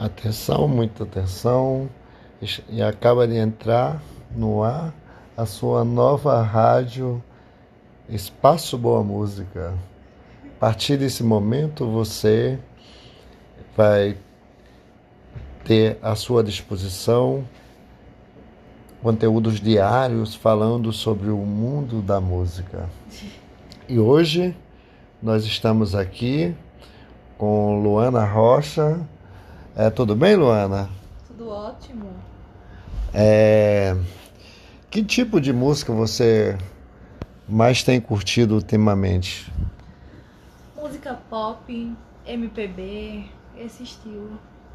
Atenção, muita atenção. E acaba de entrar no ar a sua nova rádio Espaço Boa Música. A partir desse momento você vai ter à sua disposição conteúdos diários falando sobre o mundo da música. E hoje nós estamos aqui com Luana Rocha. Tudo bem, Luana? Tudo ótimo. Que tipo de música você mais tem curtido ultimamente? Música pop, MPB, esse estilo.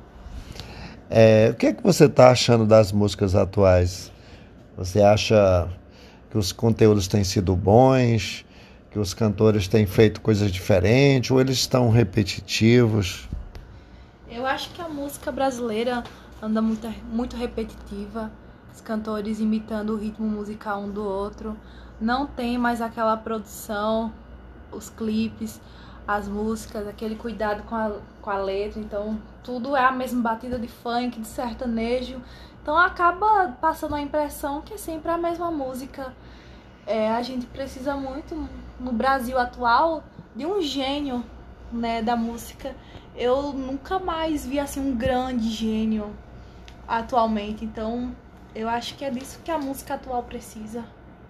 O que é que você está achando das músicas atuais? Você acha que os conteúdos têm sido bons, que os cantores têm feito coisas diferentes, ou eles estão repetitivos? Eu acho que a música brasileira anda muito repetitiva, os cantores imitando o ritmo musical um do outro, não tem mais aquela produção, os clipes, as músicas, aquele cuidado com a letra, então tudo é a mesma batida de funk, de sertanejo, então acaba passando a impressão que é sempre a mesma música. A gente precisa muito, no Brasil atual, de um gênio, né, da música. Eu nunca mais vi assim um grande gênio atualmente, então eu acho que é disso que a música atual precisa.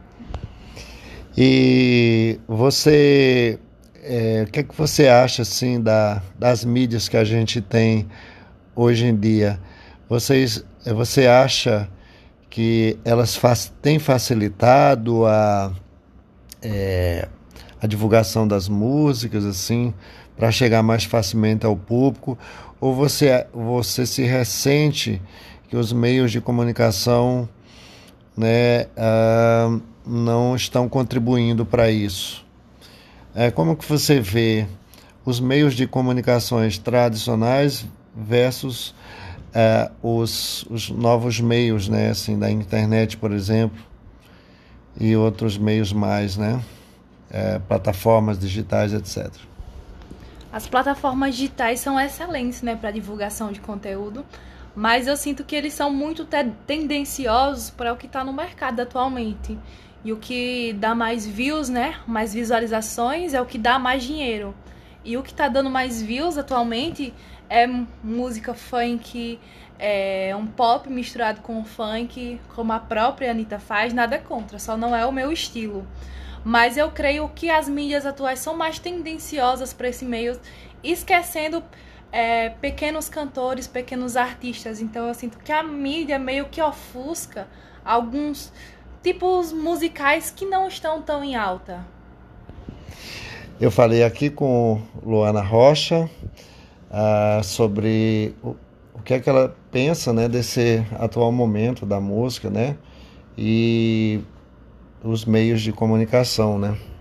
E você, o que é que você acha assim das mídias que a gente tem hoje em dia? Você acha que elas têm facilitado a divulgação das músicas, assim, para chegar mais facilmente ao público? Ou você se ressente que os meios de comunicação, né, não estão contribuindo para isso? Como que você vê os meios de comunicações tradicionais versus os novos meios, né, assim, da internet, por exemplo, e outros meios mais, né, plataformas digitais, etc. As plataformas digitais são excelentes, né, para divulgação de conteúdo, mas eu sinto que eles são muito tendenciosos para o que está no mercado atualmente. E o que dá mais views, né, mais visualizações, é o que dá mais dinheiro. E o que está dando mais views atualmente é música funk, um pop misturado com funk, como a própria Anitta faz, nada contra, só não é o meu estilo. Mas eu creio que as mídias atuais são mais tendenciosas para esse meio, esquecendo pequenos cantores, pequenos artistas. Então eu sinto que a mídia meio que ofusca alguns tipos musicais que não estão tão em alta. Eu falei aqui com Luana Rocha sobre o que é que ela pensa, né, desse atual momento da música, né, e os meios de comunicação, né.